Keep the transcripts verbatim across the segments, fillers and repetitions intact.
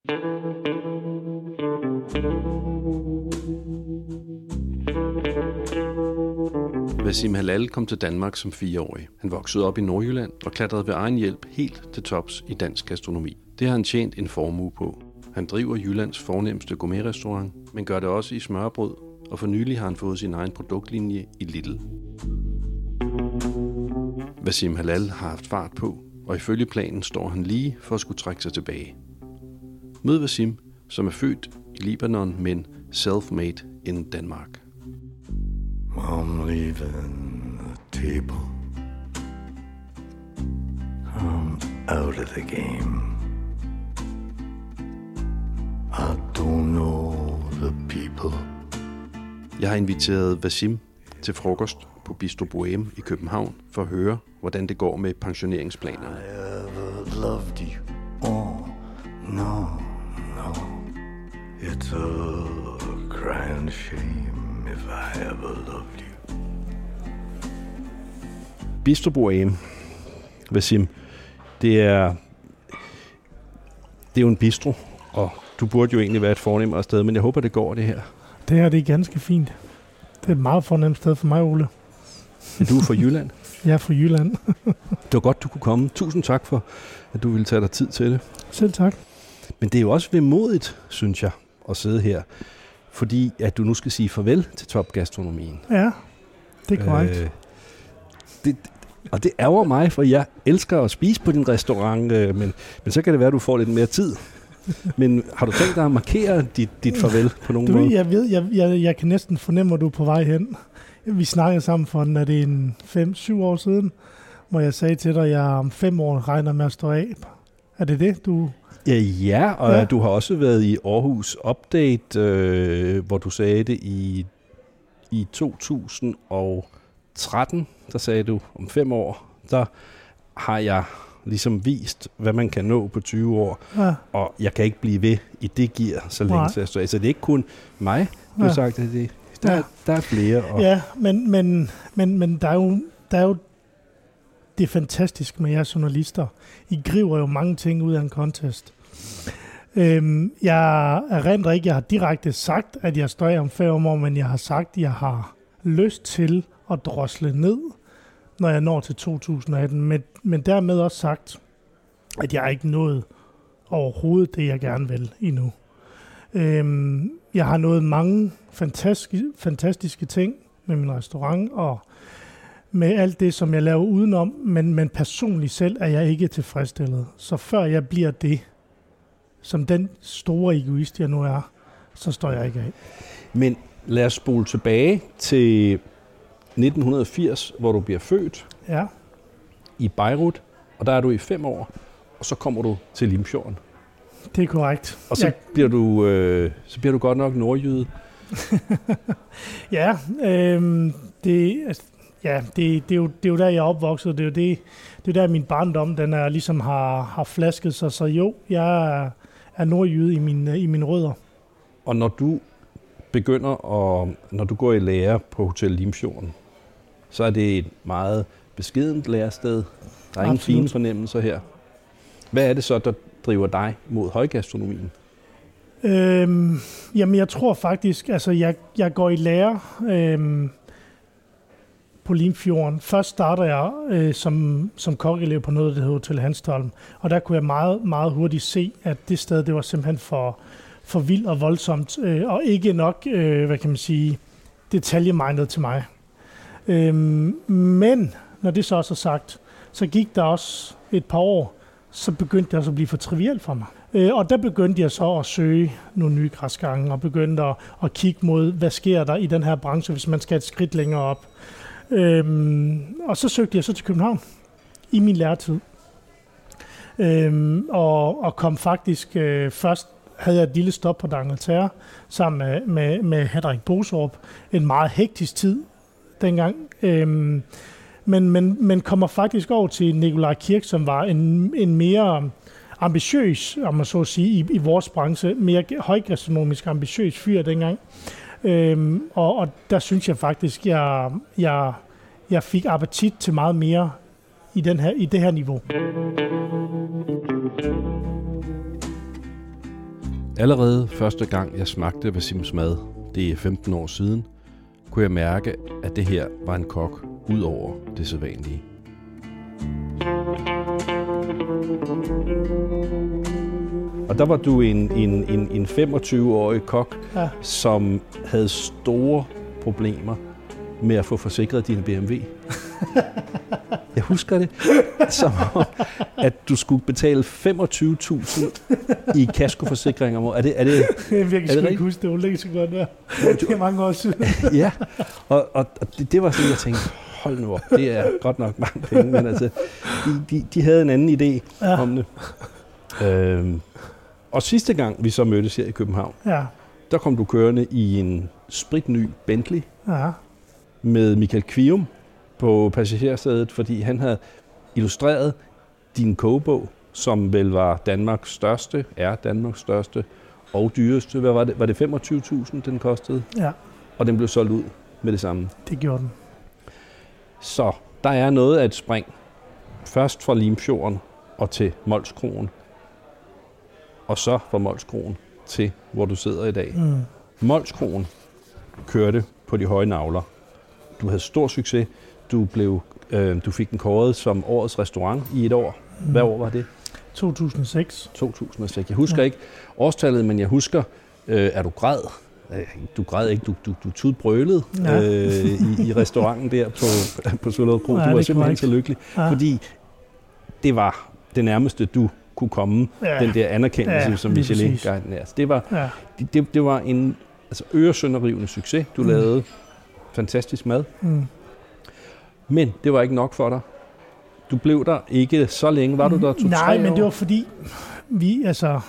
Wassim Hallal kom til Danmark som fireårig. Han voksede op i Nordjylland og klatrede ved egen hjælp helt til tops i dansk gastronomi. Det har han tjent en formue på. Han driver Jyllands fornemste gourmetrestaurant, men gør det også i smørbrød, og for nylig har han fået sin egen produktlinje i Lidl. Wassim Hallal har haft fart på, og ifølge planen står han lige for at skulle trække sig tilbage. Mød Wassim, som er født i Libanon, men self-made in Danmark. I'm leaving the table. I'm out of the game. I don't know the people. Jeg har inviteret Wassim til frokost på Bistro Bohème i København for at høre, hvordan det går med pensioneringsplanerne. I ever loved you? Oh, no, no. It's a crying shame if I ever loved you. Bistro Bohème, Wassim, det er, det er jo en bistro, og du burde jo egentlig være et fornemmere sted, men jeg håber, det går, det her. Det her, det er ganske fint. Det er et meget fornemt sted for mig, Ole. Er du fra Jylland? Jeg er fra Jylland. Det var godt, du kunne komme. Tusind tak for, at du ville tage dig tid til det. Selv tak. Men det er jo også vemodigt, synes jeg, at sidde her, fordi at du nu skal sige farvel til topgastronomien. Ja, det er korrekt. Øh, det, og det ærger mig, for jeg elsker at spise på din restaurant, øh, men, men så kan det være, at du får lidt mere tid. Men har du tænkt dig at markere dit, dit farvel på nogen du, måde? Jeg ved, jeg, jeg, jeg kan næsten fornemme, hvor du er på vej hen. Vi snakkede sammen for, er det en fem syv år siden, hvor jeg sagde til dig, at jeg om fem år regner med at stå af. Er det det, du... Ja, ja, og ja. Du har også været i Aarhus Update, øh, hvor du sagde det i, i to tusind og tretten. Der sagde du, om fem år, der har jeg ligesom vist, hvad man kan nå på tyve år, Ja. Og jeg kan ikke blive ved i det gear, så længe Nej. så jeg står af. Så det er ikke kun mig, du Ja. har sagt, at det, der, Ja. der er flere. Og Ja, men, men, men, men der, er jo, der er jo det fantastiske med jer journalister. I griber jo mange ting ud af en contest. Øhm, jeg erindrer ikke, jeg har direkte sagt, at jeg står af om fem år, men jeg har sagt, at jeg har lyst til at drosle ned, når jeg når til to tusind og atten. Men, men dermed også sagt, at jeg ikke nået overhovedet det, jeg gerne vil endnu. Øhm, jeg har nået mange fantastiske, fantastiske ting med min restaurant og med alt det, som jeg laver udenom, men, men personligt selv er jeg ikke tilfredsstillet. Så før jeg bliver det, som den store egoist, jeg nu er, så står jeg ikke af. Men lad os spole tilbage til nitten firs, hvor du bliver født Ja. i Beirut, og der er du i fem år, og så kommer du til Limfjorden. Det er korrekt. Og så, ja. bliver du, øh, så bliver du godt nok nordjyde. ja, øh, det, altså, ja det, det, er jo, det er jo der, jeg er opvokset. Det er jo det, det er der, min barndom den er, ligesom har, har flasket sig. Så jo, jeg er, er nordjyde i mine, i mine rødder. Og når du begynder, at, når du går i lære på Hotel Limfjorden, så er det et meget beskedent lærested. Der er ingen Absolut. fine fornemmelser her. Hvad er det så, der driver dig mod højgastronomien? Øhm, jamen, jeg tror faktisk, altså jeg, jeg går i lære øhm, på Limfjorden. Først starter jeg øh, som, som kokkeelev på noget, der hedder Hotel Hanstholm. Og der kunne jeg meget, meget hurtigt se, at det sted, det var simpelthen for, for vildt og voldsomt. Øh, og ikke nok, øh, hvad kan man sige, detaljemindet til mig. Øhm, men, når det så også er sagt, så gik der også et par år, så begyndte det også at blive for trivielt for mig. Øh, og der begyndte jeg så at søge nogle nye græsgange, og begyndte at, at kigge mod, hvad sker der i den her branche, hvis man skal et skridt længere op. Øhm, og så søgte jeg så til København i min læretid. Øhm, og, og kom faktisk, øh, først havde jeg et lille stop på D'Angleterre, sammen med, med, med Henrik Boserup. En meget hektisk tid dengang. Øhm, men, men, men kommer faktisk over til Nikolaj Kirk, som var en, en mere ambitiøs, om man så at sige, i, i vores branche, mere højgastronomisk ambitiøs fyr dengang. Øhm, og, og der synes jeg faktisk, jeg, jeg, jeg fik appetit til meget mere i, den her, i det her niveau. Allerede første gang, jeg smagte Wasims mad, det er femten år siden, kunne jeg mærke, at det her var en kok ud over det sædvanlige. Og der var du en, en, en, en femogtyve-årig kok, ja. Som havde store problemer med at få forsikret din B M W. Jeg husker det som om, at du skulle betale femogtyve tusind i kaskoforsikring om året. Er det, er det, jeg virkelig skulle ikke huske det, hun ligger så godt der. Det er mange år siden. Ja, og, og, og det, det var sådan, jeg tænkte, hold nu op, det er godt nok mange penge, men altså, de, de, de havde en anden idé ja. Om det. Øhm, og sidste gang, vi så mødtes her i København, ja. Der kom du kørende i en spritny Bentley ja. Med Michael Kvium på passagersædet, fordi han havde illustreret din kogebog, som vel var Danmarks største, er Danmarks største og dyreste. Hvad var det? Var det femogtyve tusind, den kostede? Ja. Og den blev solgt ud med det samme. Det gjorde den. Så der er noget af et spring. Først fra Limfjorden og til Molskroen. Og så fra Molskroen til, hvor du sidder i dag. Mm. Molskroen kørte på de høje nagler. Du havde stor succes. Du, blev, øh, du fik den kåret som årets restaurant i et år. Hvad år var det? to tusind og seks. to tusind og seks. Jeg husker ja. Ikke årstallet, men jeg husker, øh, er du græd? Du græd ikke, du, du, du tudbrølede ja. øh, i, i restauranten der på, på Søllerød Kro. Ja, du var simpelthen så lykkelig, ja. Fordi det var det nærmeste, du kunne komme, ja. Den der anerkendelse, ja, som Michelin-guiden er. Det var, ja. det, det, det var en altså, øresønderrivende succes. Du mm. lavede fantastisk mad. Mm. Men det var ikke nok for dig. Du blev der ikke så længe. Var du der to-tre år? Nej, men det var fordi, vi, altså,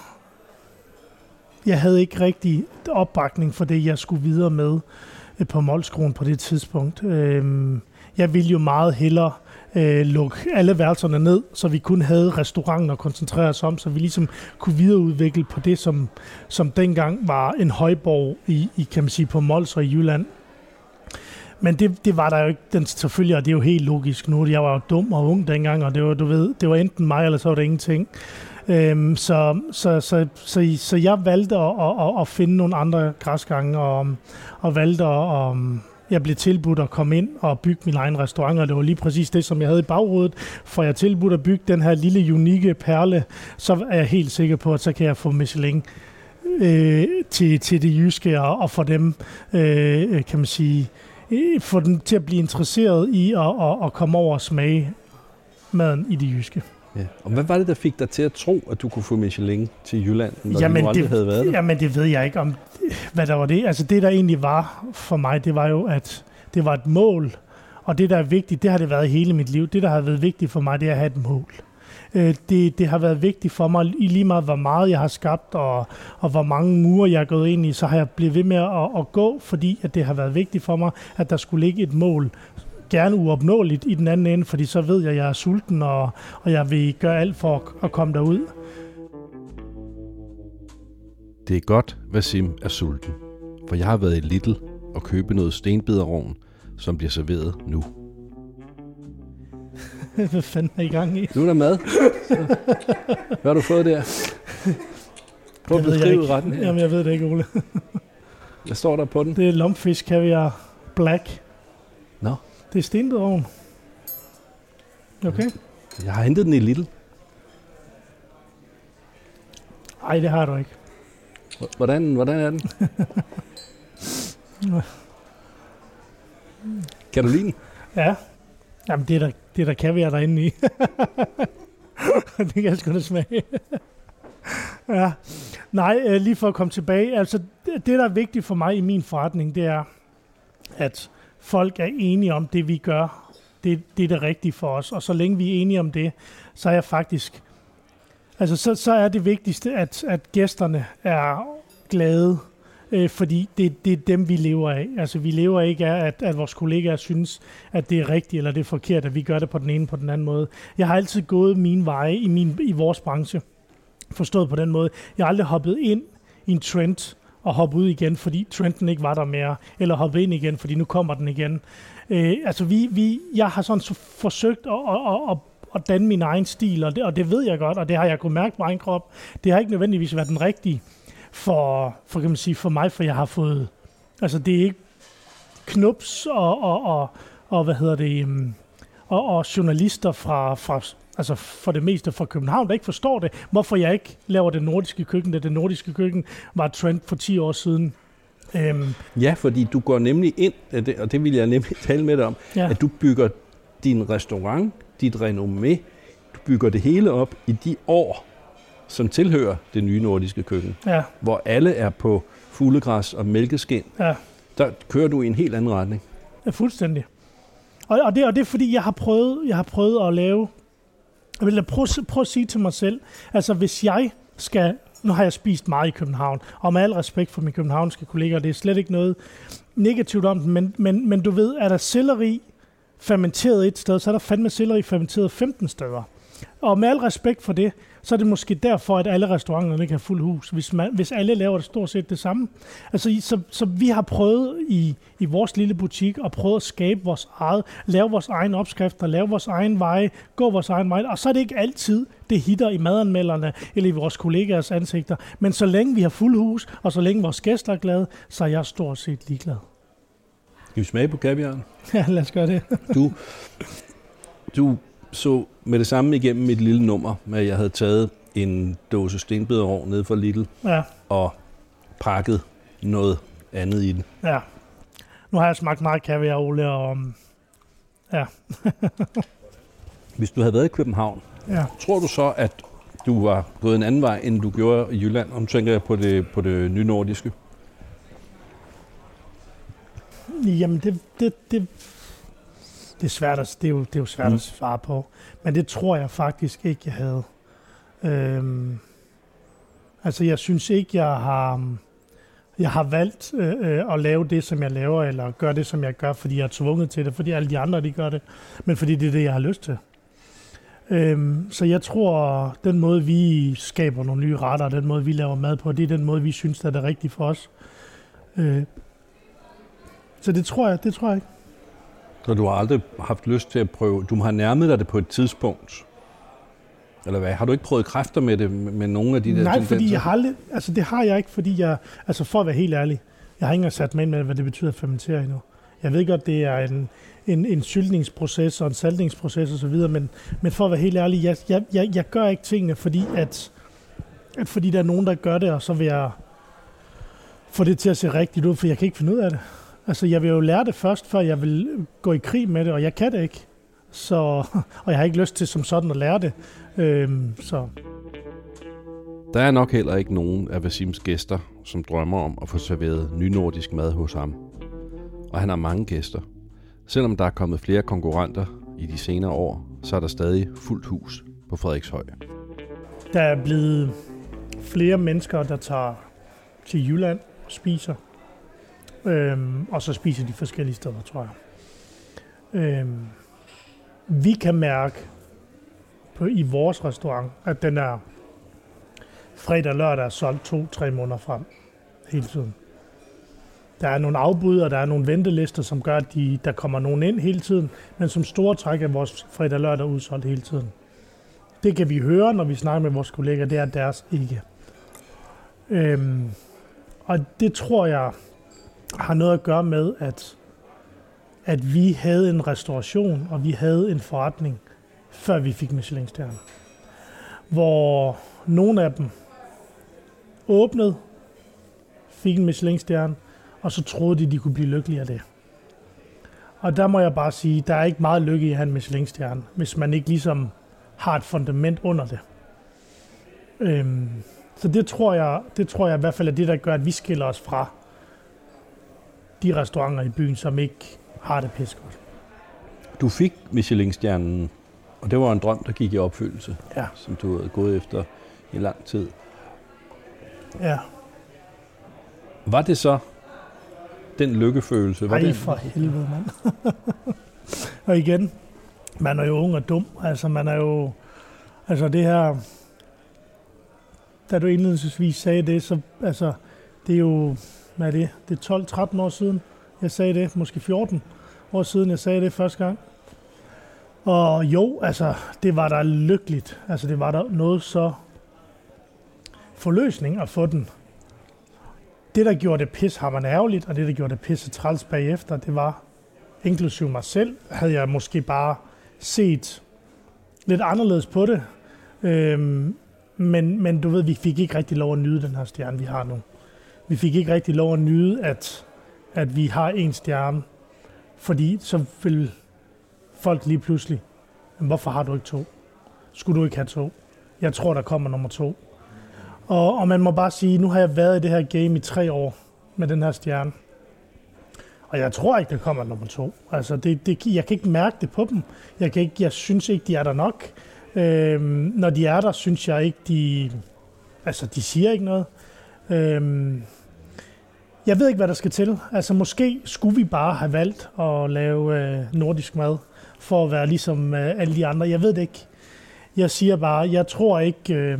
jeg havde ikke rigtig opbakning for det, jeg skulle videre med på Molskroen på det tidspunkt. Jeg ville jo meget hellere lukke alle værelserne ned, så vi kun havde restauranten at koncentrere os om, så vi ligesom kunne videreudvikle på det, som, som dengang var en højborg i, i, kan man sige, på Mols og i Jylland. Men det, det var der jo ikke, den, selvfølgelig, og det er jo helt logisk nu. Jeg var jo dum og ung dengang, og det var, du ved, det var enten mig, eller så var det ingenting. Øhm, så, så, så, så, så jeg valgte at, at, at finde nogle andre græsgange, og, og valgte at, jeg blev tilbudt at komme ind og bygge min egen restaurant, og det var lige præcis det, som jeg havde i baghovedet. For jeg tilbudt at bygge den her lille, unikke perle, så er jeg helt sikker på, at så kan jeg få Michelin øh, til, til det jyske, og, og for dem, øh, kan man sige, få dem til at blive interesseret i at, at, at komme over og smage maden i det jyske. Ja. Og hvad var det, der fik dig til at tro, at du kunne få Michelin til Jylland, når jamen, du aldrig det, havde været der? Jamen, det ved jeg ikke om, hvad der var det. Altså, det, der egentlig var for mig, det var jo, at det var et mål. Og det, der er vigtigt, det har det været hele mit liv. Det, der har været vigtigt for mig, det er at have et mål. Det, det har været vigtigt for mig, i lige meget hvor meget jeg har skabt, og, og hvor mange mure jeg er gået ind i, så har jeg blevet ved med at, at gå, fordi at det har været vigtigt for mig, at der skulle ligge et mål, gerne uopnåeligt i den anden ende, fordi så ved jeg, at jeg er sulten, og, og jeg vil gøre alt for at, at komme derud. Det er godt, Wasim er sulten, for jeg har været i Lidl og købe noget stenbiderrogn, som bliver serveret nu. Hvad fanden er I gang i? Nu er der mad. Så. Hvad har du fået der? Prøv at beskrive retten her. Jamen, jeg ved det ikke, Ole. Hvad står der på den? Det er lumpfish caviar black. Nå. No. Det er stenbiderrogn. Okay. Jeg har hentet den i Lidl. Nej, det har du ikke. Hvordan, hvordan er den? Kan du lide den? Ja. Jamen, det er der, det er der kaviar derinde i. Det kan jeg sgu da smage. Ja. Nej, lige for at komme tilbage. Altså, det, der er vigtigt for mig i min forretning, det er, at folk er enige om det, vi gør. Det, det er det rigtige for os. Og så længe vi er enige om det, så er jeg faktisk... Altså, så, så er det vigtigste, at, at gæsterne er glade, øh, fordi det, det er dem, vi lever af. Altså, vi lever ikke af, at, at vores kollegaer synes, at det er rigtigt eller det er forkert, at vi gør det på den ene på den anden måde. Jeg har altid gået mine veje i, min, i vores branche, forstået på den måde. Jeg har aldrig hoppet ind i en trend og hoppet ud igen, fordi trenden ikke var der mere, eller hoppet ind igen, fordi nu kommer den igen. Øh, altså, vi, vi, jeg har sådan så forsøgt at, at, at, at danne min egen stil, og det, og det ved jeg godt, og det har jeg kunnet mærke på egen krop. Det har ikke nødvendigvis været den rigtige. for, for, kan man sige, for mig, for jeg har fået, altså det er ikke knups og, og, og, og hvad hedder det, um, og, og journalister fra, fra, altså for det meste fra København, der ikke forstår det, hvorfor jeg ikke laver det nordiske køkken, da det nordiske køkken var et trend for ti år siden. Um, ja, fordi du går nemlig ind, og det vil jeg nemlig tale med dig om, ja. At du bygger din restaurant, dit renommé, du bygger det hele op i de år, som tilhører det nye nordiske køkken, ja. Hvor alle er på fuglegræs og mælkeskind. Ja. Der kører du i en helt anden retning. Ja, fuldstændig. Og, og, det, og det er fordi, jeg har prøvet, jeg har prøvet at lave, jeg vil prøve, prøve at sige til mig selv, altså hvis jeg skal, nu har jeg spist meget i København, og med al respekt for mine københavnske kolleger, det er slet ikke noget negativt om den, men, men, men du ved, er der selleri fermenteret et sted, så er der fandme selleri fermenteret femten steder. Og med al respekt for det, så er det måske derfor, at alle restauranterne ikke har fuld hus, hvis, man, hvis alle laver det stort set det samme. Altså, så, så vi har prøvet i, i vores lille butik at prøve at skabe vores eget, lave vores egen opskrifter, lave vores egen veje, gå vores egen vej, og så er det ikke altid, det hitter i madanmelderne eller i vores kollegaers ansigter. Men så længe vi har fuld hus, og så længe vores gæster er glade, så er jeg stort set ligeglad. Skal vi smage på kaviaren? Ja, lad os gøre det. du, du så med det samme igennem mit lille nummer, med at jeg havde taget en dåse stenbiderrogn ned fra Lidl, ja. Og pakket noget andet i den. Ja. Nu har jeg smagt meget kaviar, Ole, og ja. Hvis du havde været i København, ja. Tror du så, at du var gået en anden vej, end du gjorde i Jylland? Og nu tænker jeg på det, på det nye nordiske. Jamen, det, det, det, det, er svært at, det, er jo, det er jo svært mm. at svare på. Men det tror jeg faktisk ikke, jeg havde. Øhm, altså, jeg synes ikke, jeg har, jeg har valgt øh, at lave det, som jeg laver, eller gøre det, som jeg gør, fordi jeg er tvunget til det, fordi alle de andre, de gør det, men fordi det er det, jeg har lyst til. Øhm, så jeg tror, den måde, vi skaber nogle nye retter, den måde, vi laver mad på, det er den måde, vi synes, der er det rigtige for os. Øh, Så det tror jeg, det tror jeg ikke. Så du har aldrig haft lyst til at prøve, du har nærmet dig det på et tidspunkt, eller hvad? Har du ikke prøvet kræfter med det, med nogle af de der Nej, tendenser? fordi jeg har aldrig, altså det har jeg ikke, fordi jeg, altså for at være helt ærlig, jeg har ikke engang sat mig ind med, hvad det betyder at fermentere endnu. Jeg ved godt, det er en, en, en syltningsproces og en saltningsproces osv., men, men for at være helt ærlig, jeg, jeg, jeg, jeg gør ikke tingene, fordi at, at fordi der er nogen, der gør det, og så vil jeg få det til at se rigtigt ud, for jeg kan ikke finde ud af det. Altså, jeg vil jo lære det først, før jeg vil gå i krig med det, og jeg kan det ikke. Så, og jeg har ikke lyst til som sådan at lære det. Øhm, så. Der er nok heller ikke nogen af Wasims gæster, som drømmer om at få serveret nynordisk mad hos ham. Og han har mange gæster. Selvom der er kommet flere konkurrenter i de senere år, så er der stadig fuldt hus på Frederikshøj. Der er blevet flere mennesker, der tager til Jylland og spiser. Øhm, og så spiser de forskellige steder, tror jeg. Øhm, vi kan mærke på, i vores restaurant, at den er fredag og lørdag er solgt to-tre måneder frem hele tiden. Der er nogle afbud, og der er nogle ventelister, som gør, at de, der kommer nogen ind hele tiden, men som store træk er vores fredag og lørdag udsolgt hele tiden. Det kan vi høre, når vi snakker med vores kolleger, det er deres ikke. Øhm, og det tror jeg har noget at gøre med, at, at vi havde en restauration, og vi havde en forretning, før vi fik Michelin-stjerne. Hvor nogle af dem åbnede, fik en Michelin-stjerne, og så troede de, de kunne blive lykkelige af det. Og der må jeg bare sige, der er ikke meget lykke i at have en Michelin-stjerne, hvis man ikke ligesom har et fundament under det. Øhm, så det tror jeg, det tror jeg i hvert fald er det, der gør, at vi skiller os fra de restauranter i byen, som ikke har det pisse godt. Du fik Michelin-stjernen, og det var en drøm, der gik i opfyldelse, ja. Som du havde gået efter i lang tid. Ja. Var det så den lykkefølelse? Var Ej, det... for helvede, mand. Og igen, man er jo ung og dum. Altså, man er jo... Altså, det her... Da du indledningsvis sagde det, så... Altså, det er jo... Hvad er det? Det er tolv tretten år siden, jeg sagde det. Måske fjorten år siden, jeg sagde det første gang. Og jo, altså, det var da lykkeligt. Altså, det var der noget så forløsning at få den. det, der gjorde det pissehammerende ærgerligt, og det, der gjorde det pisse træls bagefter, det var, inklusive mig selv, havde jeg måske bare set lidt anderledes på det. Øhm, men, men du ved, vi fik ikke rigtig lov at nyde den her stjerne, vi har nu. Vi fik ikke rigtig lov at nyde, at, at vi har en stjerne, fordi så vil folk lige pludselig, hvorfor har du ikke to? Skulle du ikke have to? Jeg tror, der kommer nummer to. Og, og man må bare sige, nu har jeg været i det her game i tre år med den her stjerne. Og jeg tror ikke, der kommer nummer to. Altså, det, det, jeg kan ikke mærke det på dem. Jeg, kan ikke, jeg synes ikke, de er der nok. Øhm, når de er der, synes jeg ikke, de... Altså, de siger ikke noget. Øhm, jeg ved ikke, hvad der skal til. Altså, måske skulle vi bare have valgt at lave øh, nordisk mad, for at være ligesom øh, alle de andre. Jeg ved det ikke. Jeg siger bare, jeg tror ikke... Øh,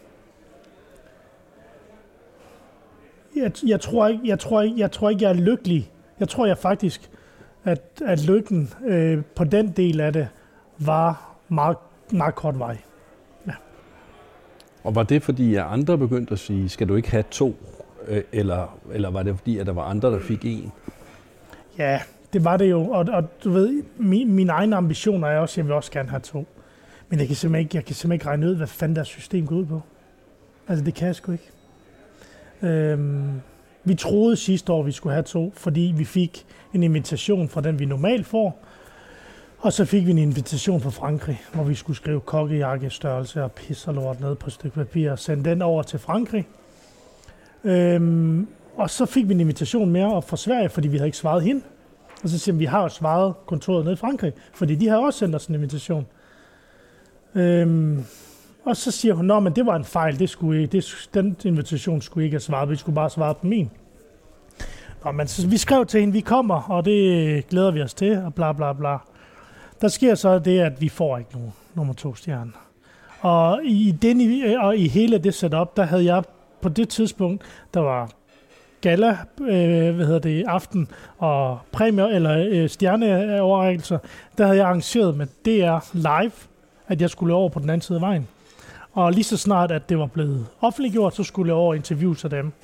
jeg, jeg, tror ikke jeg, tror ikke, jeg tror ikke, jeg er lykkelig. Jeg tror jeg faktisk, at, at lykken øh, på den del af det var meget, meget kort vej. Ja. Og var det fordi, at andre begyndte at sige, skal du ikke have to? Øh, eller, eller var det fordi, at der var andre, der fik en? Ja, det var det jo. Og, og du ved, min, mine egne ambitioner er også, at jeg vil også gerne have to. Men jeg kan simpelthen ikke, jeg kan simpelthen ikke regne ud, hvad fanden deres system går ud på. Altså, det kan jeg sgu ikke. Øhm, vi troede sidste år, vi skulle have to, fordi vi fik en invitation fra den, vi normalt får. Og så fik vi en invitation fra Frankrig, hvor vi skulle skrive kokkejakkestørrelse og pis og lort ned på et stykke papir og sende den over til Frankrig. Øhm, og så fik vi en invitation mere op fra Sverige, fordi vi havde ikke svaret hende. Og så siger vi, vi har jo svaret kontoret nede i Frankrig, fordi de har også sendt os en invitation. Øhm, og så siger hun, nå, men det var en fejl, det skulle ikke, det, den invitation skulle ikke have svaret, vi skulle bare svare på min. Nå, men så vi skrev til hende, vi kommer, og det glæder vi os til, og bla bla bla. Der sker så det, at vi får ikke nogen nummer to stjerne. Og i, den, og i hele det setup, der havde jeg på det tidspunkt, der var gala, øh, hvad hedder det, aften og præmier eller øh, stjerneoverrækkelser, der havde jeg arrangeret med D R live, at jeg skulle over på den anden side af vejen. Og lige så snart, at det var blevet offentliggjort, så skulle jeg over interviews af dem.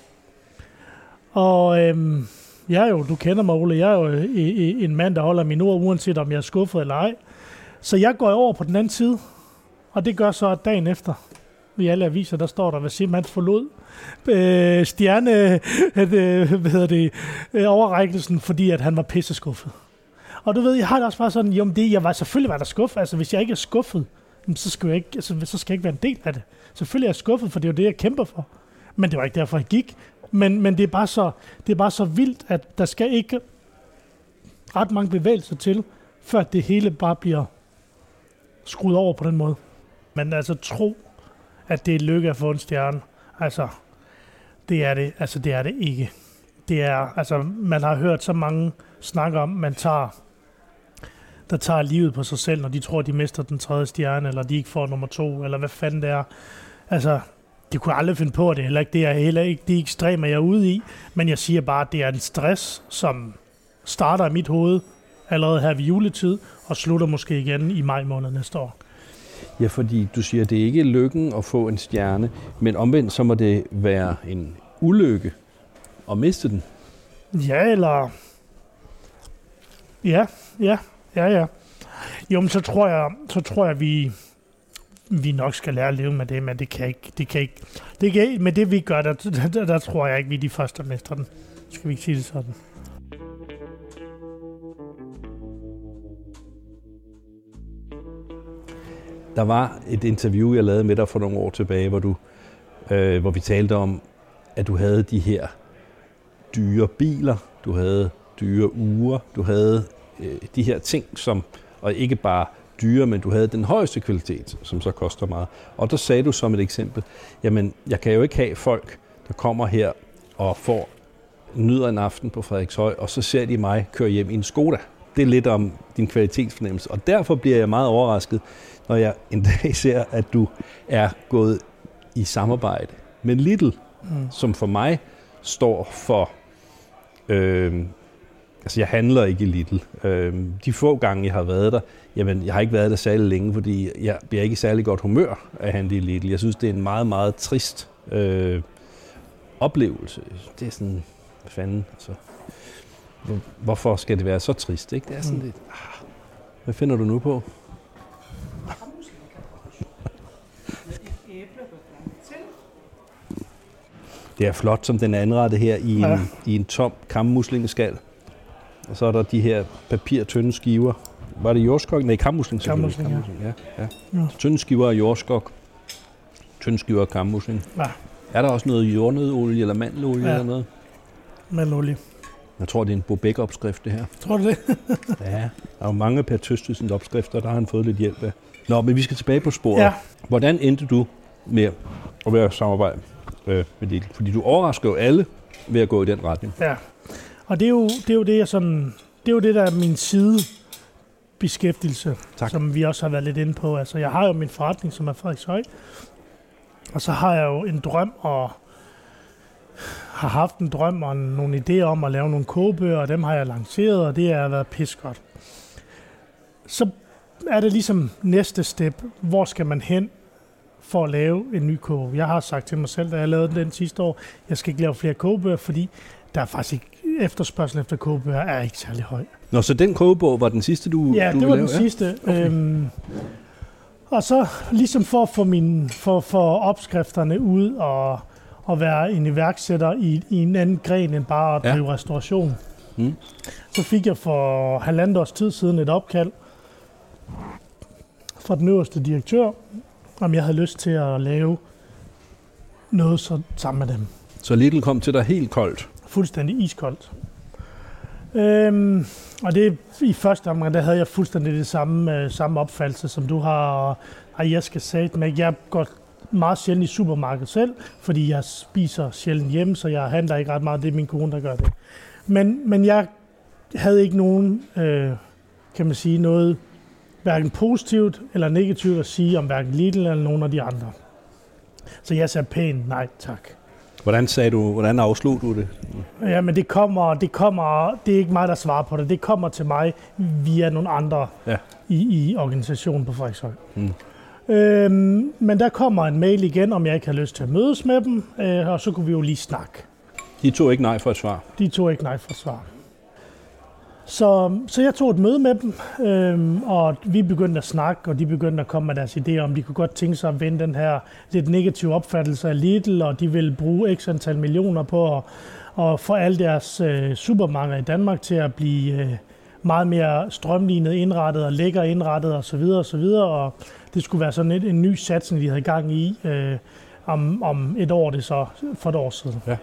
Og øhm, jeg er jo, du kender mig, Ole, jeg er jo en mand, der holder mine ord, uanset om jeg er skuffet eller ej. Så jeg går over på den anden side, og det gør så, at dagen efter, i alle aviser, der står der, hvad Sim han forlod øh, stjerne, øh, hvad hedder det, øh, overrækkelsen, fordi at han var pisseskuffet. Og du ved, jeg har det også bare sådan, jo, det, jeg var selvfølgelig var der skuffet. Altså, hvis jeg ikke er skuffet, så skal jeg ikke, altså, så skal jeg ikke være en del af det. Selvfølgelig er jeg skuffet, for det er jo det, jeg kæmper for. Men det var ikke derfor, jeg gik. Men, men det, er bare så, det er bare så vildt, at der skal ikke ret mange bevægelser til, før det hele bare bliver skruet over på den måde. Men altså, tro, at det er lykke at få en stjerne. Altså, det er det, altså, det er det ikke. Det er, altså, man har hørt så mange snakke om, man tager, der tager livet på sig selv, når de tror, de mister den tredje stjerne, eller de ikke får nummer to, eller hvad fanden det er. Altså, det kunne jeg aldrig finde på det, heller ikke det er heller ikke de ekstremer, jeg er ude i, men jeg siger bare, at det er en stress, som starter i mit hoved allerede her ved juletid, og slutter måske igen i maj måned næste år. Ja, fordi du siger, at det er ikke lykken at få en stjerne, men omvendt så må det være en ulykke at miste den. Ja, eller... Ja, ja, ja, ja. Jo, men så tror jeg, så tror jeg, vi... vi nok skal lære at leve med det, men det kan ikke, det kan ikke, det kan, med det vi gør, der, der, der, der tror jeg ikke, vi er de første, der mestrer den. Skal vi ikke sige det sådan? Der var et interview, jeg lavede med dig for nogle år tilbage, hvor, du, øh, hvor vi talte om, at du havde de her dyre biler, du havde dyre ure, du havde øh, de her ting, som, og ikke bare dyre, men du havde den højeste kvalitet, som så koster meget. Og der sagde du som et eksempel, jamen, jeg kan jo ikke have folk, der kommer her og får nyder en aften på Frederikshøj, og så ser de mig køre hjem i en Skoda. Det er lidt om din kvalitetsfornemmelse, og derfor bliver jeg meget overrasket, når jeg en dag ser, at du er gået i samarbejde med Lidl, mm. som for mig står for... Øh, altså, jeg handler ikke i Lidl. Øh, de få gange, jeg har været der, jamen, jeg har ikke været der særlig længe, fordi jeg bliver ikke i særlig godt humør af at handle i Lidl. Jeg synes, det er en meget, meget trist øh, oplevelse. Det er sådan, hvad fanden, altså, hvor, hvorfor skal det være så trist, ikke? Det er sådan mm. lidt, ah, hvad finder du nu på? Det er flot, som den er anrettet her i en, ja. i en tom kammuslingeskal. Og så er der de her papirtynde skiver. Var det jordskok? Nej, kammusling selvfølgelig. Kammusling, ja. Ja, ja. Ja. Tynde skiver af jordskok. Tynde skiver af kammusling. Ja. Er der også noget jordnøddeolie eller mandelolie ja. eller noget? Mandelolie. Jeg tror, det er en Bobek-opskrift, det her. Tror du det? Ja, der er jo mange Per Tøstesens opskrifter, der har han fået lidt hjælp af. Nå, men vi skal tilbage på sporet. Ja. Hvordan endte du med at være samarbejde øh, med Lidl? Fordi du overrasker jo alle ved at gå i den retning. Ja, og det er jo det, er jo det jeg sådan, det er jo det, der er min sidebeskæftigelse, tak. Som vi også har været lidt inde på. Altså, jeg har jo min forretning, som er Frederikshøj, og så har jeg jo en drøm og har haft en drøm og nogle idéer om at lave nogle kogebøger, og dem har jeg lanceret, og det har været pissegodt. Så er det ligesom næste step. Hvor skal man hen for at lave en ny kogebog? Jeg har sagt til mig selv, da jeg lavede den sidste år, jeg skal ikke lave flere kogebøger, fordi der er faktisk ikke, efterspørgsel efter kogebøger er ikke særlig høj. Nå, så den kogebog var den sidste, du Ja, du det var lave? den sidste. Okay. Øhm, og så ligesom for at få mine, for, for opskrifterne ud og, og være en iværksætter i, i en anden gren end bare at drive ja. restauration. Mm. Så fik jeg for halvandet års tid siden et opkald fra den øverste direktør, om jeg havde lyst til at lave noget så sammen med dem. Så Lidl kom til dig helt koldt? Fuldstændig iskoldt. Øhm, og det i første omgang, der havde jeg fuldstændig det samme, øh, samme opfattelse, som du har. Og jeg skal sige med, jeg går meget sjældent i supermarkedet selv, fordi jeg spiser sjældent hjemme, så jeg handler ikke ret meget. Det er min kone, der gør det. Men, men jeg havde ikke nogen, øh, kan man sige, noget hverken positivt eller negativt at sige om hverken Lidl eller nogen af de andre. Så jeg sagde pænt nej tak. Hvordan sagde du, hvordan afslog du det? Ja, men det kommer, det kommer, det er ikke mig, der svarer på det. Det kommer til mig via nogle andre ja. i, i organisationen på Frederikshøj. Mm. Øhm, men der kommer en mail igen, om jeg ikke har lyst til at mødes med dem, øh, og så kunne vi jo lige snakke. De tog ikke nej for et svar? De tog ikke nej for et svar. Så, så jeg tog et møde med dem, øhm, og vi begyndte at snakke, og de begyndte at komme med deres idéer om, de kunne godt tænke sig at vende den her lidt negative opfattelse af Lidl, og de ville bruge x antal millioner på at, at få alle deres øh, supermarkeder i Danmark til at blive øh, meget mere strømlignet indrettet og lækker indrettet osv. osv. Og det skulle være sådan et, en ny satsning, de havde gang i øh, om, om et år, det så for et år siden. Ja.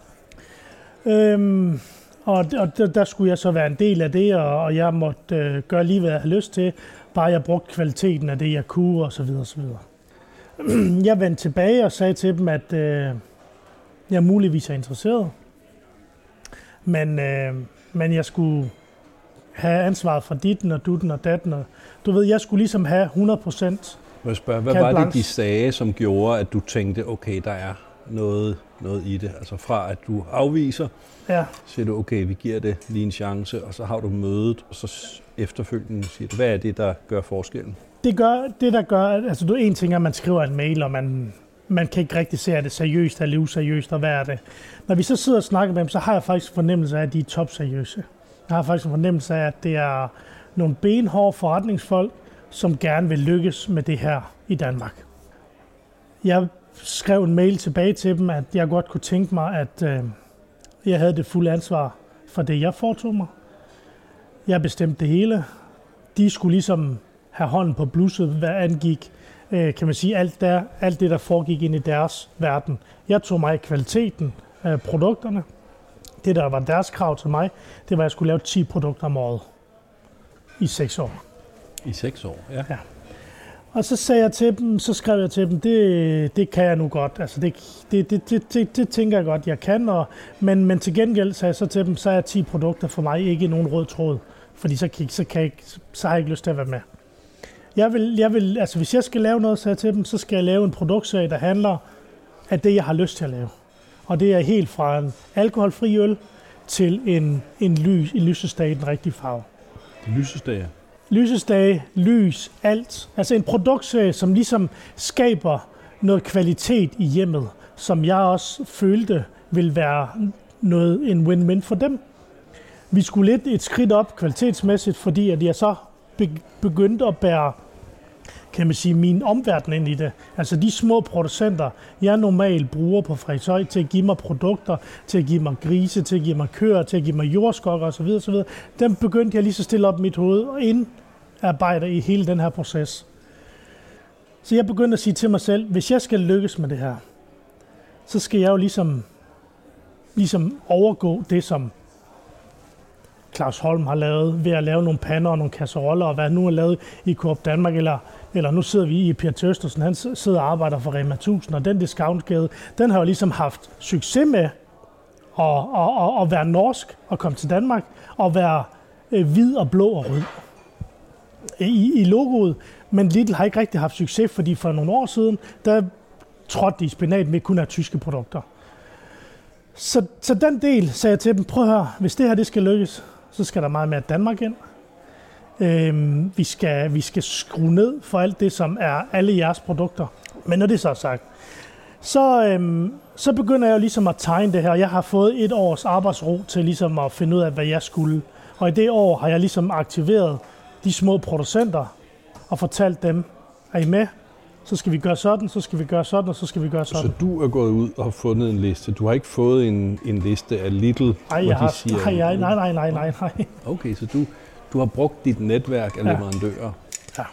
Øhm, Og, og der, der skulle jeg så være en del af det, og, og jeg måtte øh, gøre lige, hvad jeg havde lyst til, bare jeg brugte kvaliteten af det, jeg kunne, og så videre, og så videre. Jeg vendte tilbage og sagde til dem, at øh, jeg muligvis er interesseret, men, øh, men jeg skulle have ansvaret for ditten og dutten og datten. Og, du ved, jeg skulle ligesom have hundrede procent. Hvad var det, de sagde, som gjorde, at du tænkte, okay, der er noget, noget i det? Altså fra at du afviser, ja. siger du, okay, vi giver det lige en chance, og så har du mødet, og så efterfølgende siger du, hvad er det, der gør forskellen? Det gør, det der gør, altså du en ting er, at man skriver en mail, og man, man kan ikke rigtig se, er det seriøst eller useriøst, og hvad er det? Når vi så sidder og snakker med dem, så har jeg faktisk en fornemmelse af, at de er topseriøse. Jeg har faktisk en fornemmelse af, at det er nogle benhårde forretningsfolk, som gerne vil lykkes med det her i Danmark. Jeg skrev en mail tilbage til dem, at jeg godt kunne tænke mig, at øh, jeg havde det fulde ansvar for det, jeg foretog mig. Jeg bestemte det hele. De skulle ligesom have hånden på blusset, hvad angik, øh, kan man sige, alt, der, alt det, der foregik ind i deres verden. Jeg tog mig kvaliteten af produkterne. Det, der var deres krav til mig, det var, at jeg skulle lave ti produkter om året i seks år. I seks år, ja. ja. Og så sagde jeg til dem, så skrev jeg til dem, det, det kan jeg nu godt. Altså det, det, det, det, det, det tænker jeg godt, jeg kan. Og, men, men til gengæld sagde jeg så til dem, så er ti produkter for mig ikke nogen rød tråd. Fordi så, kan, så, kan jeg, så har jeg ikke lyst til at være med. Jeg vil, jeg vil, altså hvis jeg skal lave noget, sagde jeg til dem, så skal jeg lave en produktserie, der handler af det, jeg har lyst til at lave. Og det er helt fra en alkoholfri øl til en, en, lys, en lysestage i den rigtige farve. Lysestage? Lysestage, lys, alt. Altså en produktserie, som ligesom skaber noget kvalitet i hjemmet, som jeg også følte vil være noget, en win-win for dem. Vi skulle lidt et skridt op kvalitetsmæssigt, fordi at jeg så begyndte at bære, kan man sige, min omverden ind i det. Altså de små producenter, jeg normalt bruger på Frederiksholm til at give mig produkter, til at give mig grise, til at give mig køer, til at give mig jordskokker osv. osv. Dem begyndte jeg lige så stille op i mit hoved og indarbejde i hele den her proces. Så jeg begyndte at sige til mig selv, hvis jeg skal lykkes med det her, så skal jeg jo ligesom, ligesom overgå det, som Claus Holm har lavet ved at lave nogle pander og nogle kasseroller, og hvad nu er lavet i Coop Danmark, eller, eller nu sidder vi i Per Tøstersen, han sidder og arbejder for Rema tusind, og den discountgade, den har jo ligesom haft succes med at, at, at, at være norsk og komme til Danmark, og være øh, hvid og blå og rød i, i logoet. Men Lidl har ikke rigtig haft succes, fordi for nogle år siden, der trådte de i spinat med kun af tyske produkter. Så, så den del sagde jeg til dem, prøv at høre, hvis det her det skal lykkes, så skal der meget mere Danmark ind. Øhm, vi, skal, vi skal skrue ned for alt det, som er alle jeres produkter. Men når det så er sagt, så, øhm, så begynder jeg jo ligesom at tegne det her. Jeg har fået et års arbejdsro til ligesom at finde ud af, hvad jeg skulle. Og i det år har jeg ligesom aktiveret de små producenter og fortalt dem, er I med? Så skal vi gøre sådan, så skal vi gøre sådan, og så skal vi gøre sådan. Så du er gået ud og har fundet en liste. Du har ikke fået en, en liste af Lidl, Ej, hvor de har, siger... Nej, nej, nej, nej, nej, nej. Okay, så du, du har brugt dit netværk af ja. leverandører. Ja.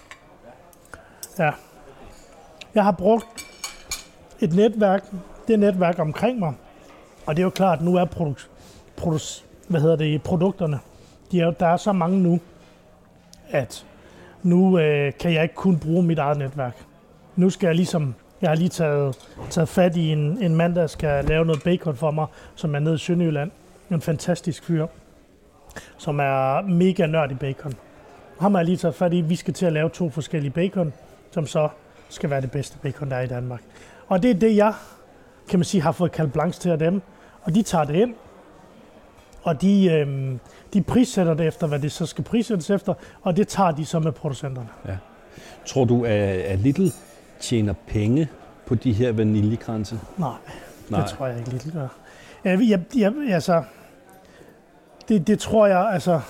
Ja. Jeg har brugt et netværk, det netværk omkring mig. Og det er jo klart, at nu er produk, produk, hvad hedder det, produkterne. De er, der er så mange nu, at nu øh, kan jeg ikke kun bruge mit eget netværk. Nu skal jeg ligesom, jeg har lige taget, taget fat i en, en mand, der skal lave noget bacon for mig, som er nede i Sønderjylland. En fantastisk fyr, som er mega nørd i bacon. Ham har jeg lige taget fat i. Vi skal til at lave to forskellige bacon, som så skal være det bedste bacon, der er i Danmark. Og det er det, jeg kan man sige, har fået carte blanche til af dem. Og de tager det ind, og de, øhm, de prissætter det efter, hvad det så skal prissættes efter, og det tager de så med producenterne. Ja. Tror du, at Lidl tjener penge på de her vaniljekranse? Nej, Nej, det tror jeg ikke, Lidl gør. Jeg, jeg, jeg, altså, det, det tror jeg, altså,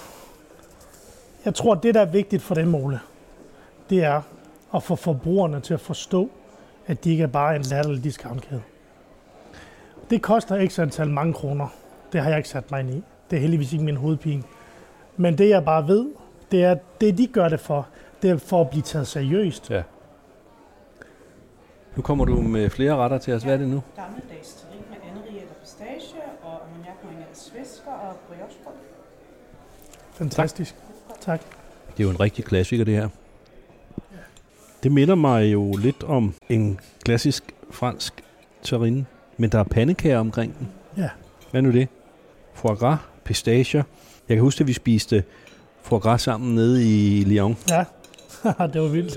jeg tror, det der er vigtigt for dem, Ole, det er at få forbrugerne til at forstå, at de ikke er bare en latterlig discountkæde. Det koster x antal mange kroner. Det har jeg ikke sat mig ind i. Det er heldigvis ikke min hovedpine. Men det jeg bare ved, det er, det de gør det for, det er for at blive taget seriøst. Ja. Nu kommer du med flere retter til os. Hvad er det nu? Gammeldags terrine med anriget og pistache og ammoniakmarineret svæsker og briochebrød. Fantastisk. Tak. Det er jo en rigtig klassiker, det her. Det minder mig jo lidt om en klassisk fransk terrine, men der er pandekager omkring den. Ja. Hvad nu det? Foie gras, pistacher. Jeg kan huske, at vi spiste foie gras sammen nede i Lyon. Ja, det var vildt.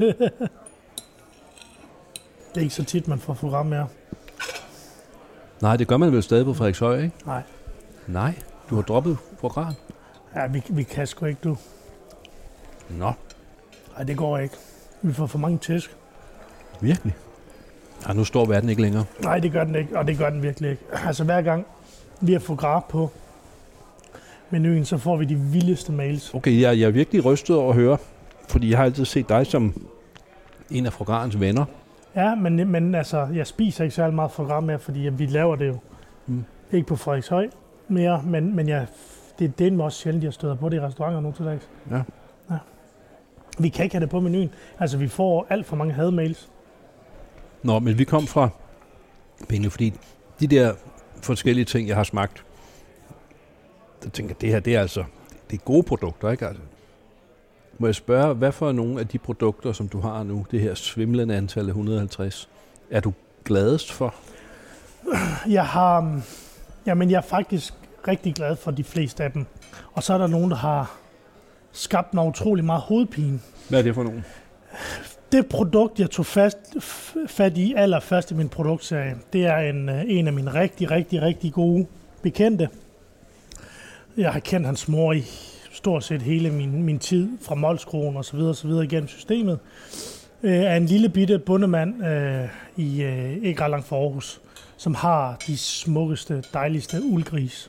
Det er ikke så tit, man får foie gras mere. Nej, det gør man vel stadig på Frederiksholm, ikke? Nej. Nej, du har droppet foie gras. Ja, vi, vi kan sgu ikke, du. Nå. Nej, det går ikke. Vi får for mange tæsk. Virkelig? Ja, nu står verden ikke længere. Nej, det gør den ikke, og det gør den virkelig ikke. Altså hver gang vi har foie gras på menuen, så får vi de vildeste mails. Okay, jeg, jeg er virkelig rystet over at høre, fordi jeg har altid set dig som en af foie grasens venner. Ja, men, men altså, jeg spiser ikke særlig meget foie gras mere, fordi vi laver det jo mm. ikke på Frederiksholm mere, men, men jeg, det, det er også sjældent, jeg støder på det i restauranter nu til dags. Ja. Ja. Vi kan ikke have det på menuen. Altså, vi får alt for mange hademails. Nå, men vi kom fra penge, fordi de der forskellige ting, jeg har smagt, der tænker jeg, det her, det er altså, det er gode produkter, ikke altså? Må jeg spørge, hvad for nogle af de produkter, som du har nu, det her svimlende antal af et hundrede og halvtreds, er du gladest for? Jeg har, jamen jeg er faktisk rigtig glad for de fleste af dem. Og så er der nogen, der har skabt mig utrolig meget hovedpine. Hvad er det for nogen? Det produkt, jeg tog fast, fat i allerførst i min produktserie, det er en, en af mine rigtig, rigtig, rigtig gode bekendte. Jeg har kendt hans mor i stort set hele min, min tid, fra Molskroen og så videre, så videre igennem systemet. Øh, er en lille bitte bondemand øh, i øh, ikke ret langt fra Aarhus, som har de smukkeste, dejligste uldgris.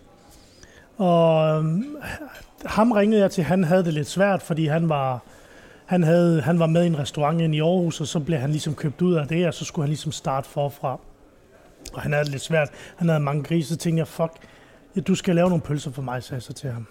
Og øhm, ham ringede jeg til, han havde det lidt svært, fordi han var, han havde, han var med i en restaurant i Aarhus, og så blev han ligesom købt ud af det, og så skulle han ligesom starte forfra. Og han havde det lidt svært. Han havde mange grise, så tænkte jeg, fuck, ja, du skal lave nogle pølser for mig, sagde jeg så til ham.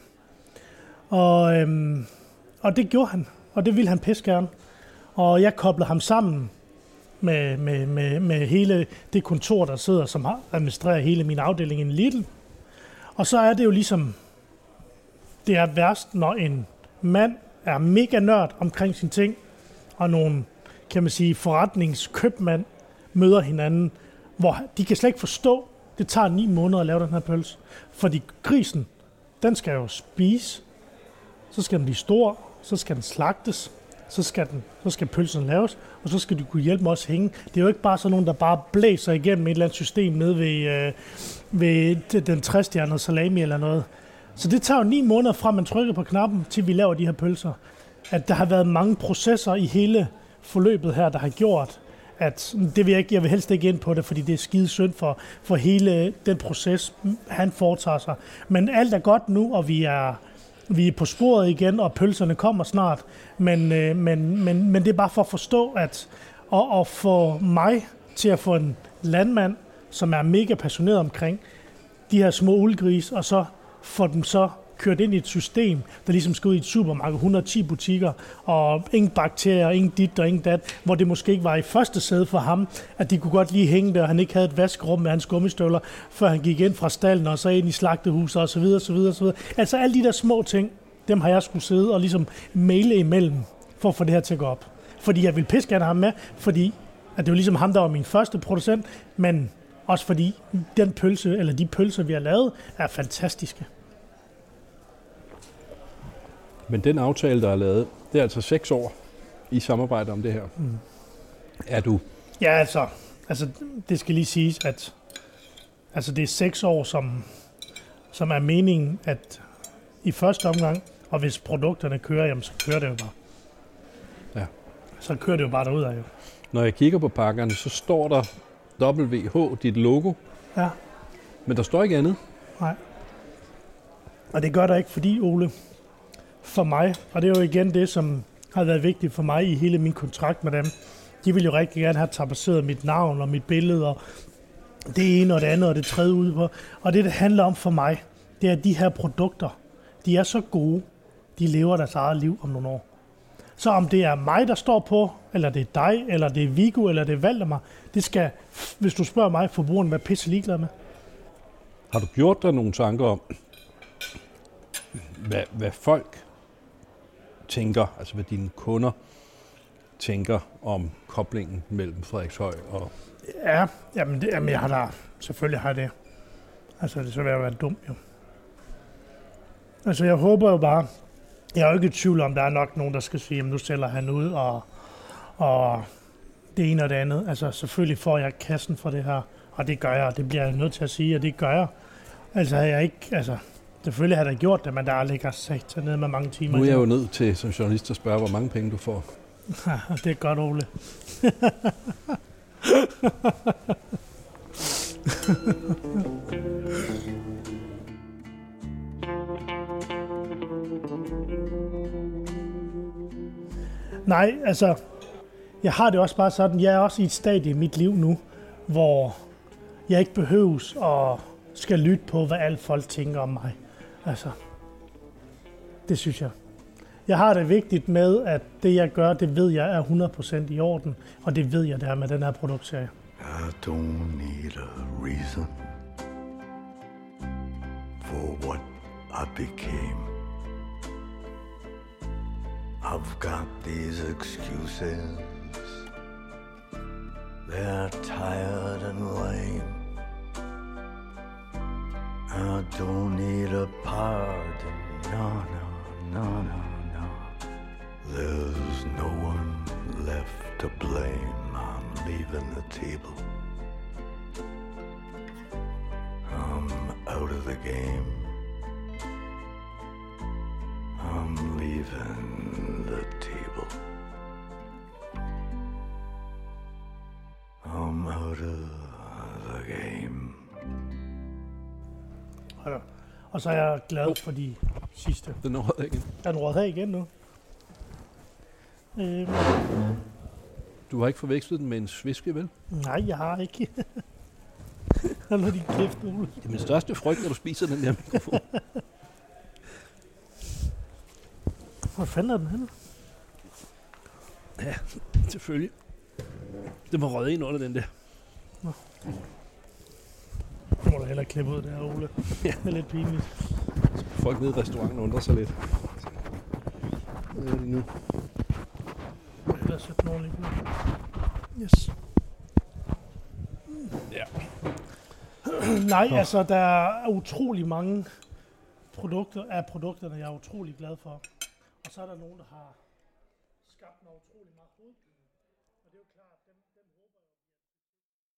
Og, øhm, og det gjorde han, og det ville han pisse gerne. Og jeg koblede ham sammen med, med, med, med hele det kontor, der sidder, som har administrerer hele min afdeling i Lidl. Og så er det jo ligesom, det er værst, når en mand er mega nørd omkring sine ting, og nogle, kan man sige, forretningskøbmand møder hinanden, hvor de kan slet ikke forstå, det tager ni måneder at lave den her pølse. Fordi grisen, den skal jo spise, så skal den blive stor, så skal den slagtes, så skal, den, så skal pølsen laves, og så skal du kunne hjælpe mig også hænge. Det er jo ikke bare sådan nogen, der bare blæser igennem et eller andet system nede ved, øh, ved den tres-stjernede salami eller noget. Så det tager jo ni måneder fra, man trykker på knappen, til vi laver de her pølser. At der har været mange processer i hele forløbet her, der har gjort, at det vil jeg ikke, jeg vil helst ikke ind på det, fordi det er skide synd for, for hele den proces, han foretager sig. Men alt er godt nu, og vi er, vi er på sporet igen, og pølserne kommer snart. Men, øh, men, men, men det er bare for at forstå, at og, og få mig til at få en landmand, som er mega passioneret omkring de her små uldgris, og så få dem så kørt ind i et system, der ligesom skal ud i et supermarked, et hundrede og ti butikker, og ingen bakterier, ingen dit og ingen dat, hvor det måske ikke var i første sæde for ham, at de kunne godt lige hænge der, og han ikke havde et vaskerum med hans gummistøvler, før han gik ind fra stallen, og så ind i slagtehuset, og så videre, så videre, så videre. Altså alle de der små ting, dem har jeg skulle sidde og ligesom maile imellem, for at få det her til at gå op. Fordi jeg ville pisse gerne have ham med, fordi at det var ligesom ham, der var min første producent, men også fordi den pølse, eller de pølser, vi har lavet, er fantastiske. Men den aftale, der er lavet, det er altså seks år i samarbejde om det her. Mm. Er du? Ja, altså, altså, det skal lige siges, at altså, det er seks år, som, som er meningen, at i første omgang, og hvis produkterne kører, jamen, så kører det jo bare. Ja. Så kører det jo bare derudad, jo. Når jeg kigger på pakkerne, så står der W H, dit logo. Ja. Men der står ikke andet. Nej. Og det gør der ikke, fordi, Ole, for mig, og det er jo igen det, som har været vigtigt for mig i hele min kontrakt med dem, de vil jo rigtig gerne have tapetseret mit navn og mit billede, og det ene og det andet og det tredje ud på. Og det, det handler om for mig, det er, at de her produkter, de er så gode, de lever deres eget liv om nogle år. Så om det er mig, der står på, eller det er dig, eller det er Viggo, eller det er Valdemar, det skal, hvis du spørger mig, forbrugeren være pisse ligeglad med. Har du gjort dig nogle tanker om, hvad, hvad folk tænker, altså hvad dine kunder tænker om koblingen mellem Frederikshøj og... Ja, jamen, det, jamen jeg har da, selvfølgelig har jeg det. Altså det så vil jeg være dum, jo. Altså jeg håber jo bare, jeg er jo ikke i tvivl om, der er nok nogen, der skal sige, at nu sælger han ud, og, og det ene og det andet. Altså selvfølgelig får jeg kassen for det her, og det gør jeg, og det bliver jeg nødt til at sige, og det gør jeg. Altså jeg ikke, altså... Selvfølgelig har der gjort det, men der ligger sagt ned med mange timer. Nu er jeg jo nødt til som journalist at spørge, hvor mange penge du får. Det er godt, Ole. Nej, altså, jeg har det også bare sådan, jeg er også i et stadie i mit liv nu, hvor jeg ikke behøves at skal lytte på, hvad alle folk tænker om mig. Altså, det synes jeg. Jeg har det vigtigt med, at det jeg gør, det ved jeg er hundrede procent i orden, og det ved jeg, der med den her produktserie. I don't need a reason for what I became. I've got these excuses. They're tired and lame. I don't need a pardon, no, no, no, no, no. There's no one left to blame. I'm leaving the table. I'm out of the game. I'm leaving the table. I'm out of the game. Og, og så er jeg glad for de sidste. Den er rød igen. Er den rød her igen nu? Øhm, Du har ikke forvekslet den med en sviske, vel? nej, jeg har ikke. Hold nu din kæft, Ole. Det er min største frygt, når du spiser den der mikrofon. Hvor fanden er den henne? Ja, selvfølgelig. Det var rød ind under den der. Nu må du hellere klippe ud der, Ole. Ja. Det er lidt pinligt. Folk nede i restauranten undrer sig lidt. Hvad er det nu? Jeg må hellere sætte den ordentligt ud. Yes. Ja. Nej, Nå. altså, der er utrolig mange produkter af produkterne, jeg er utrolig glad for. Og så er der nogen, der har skabt mig utrolig meget.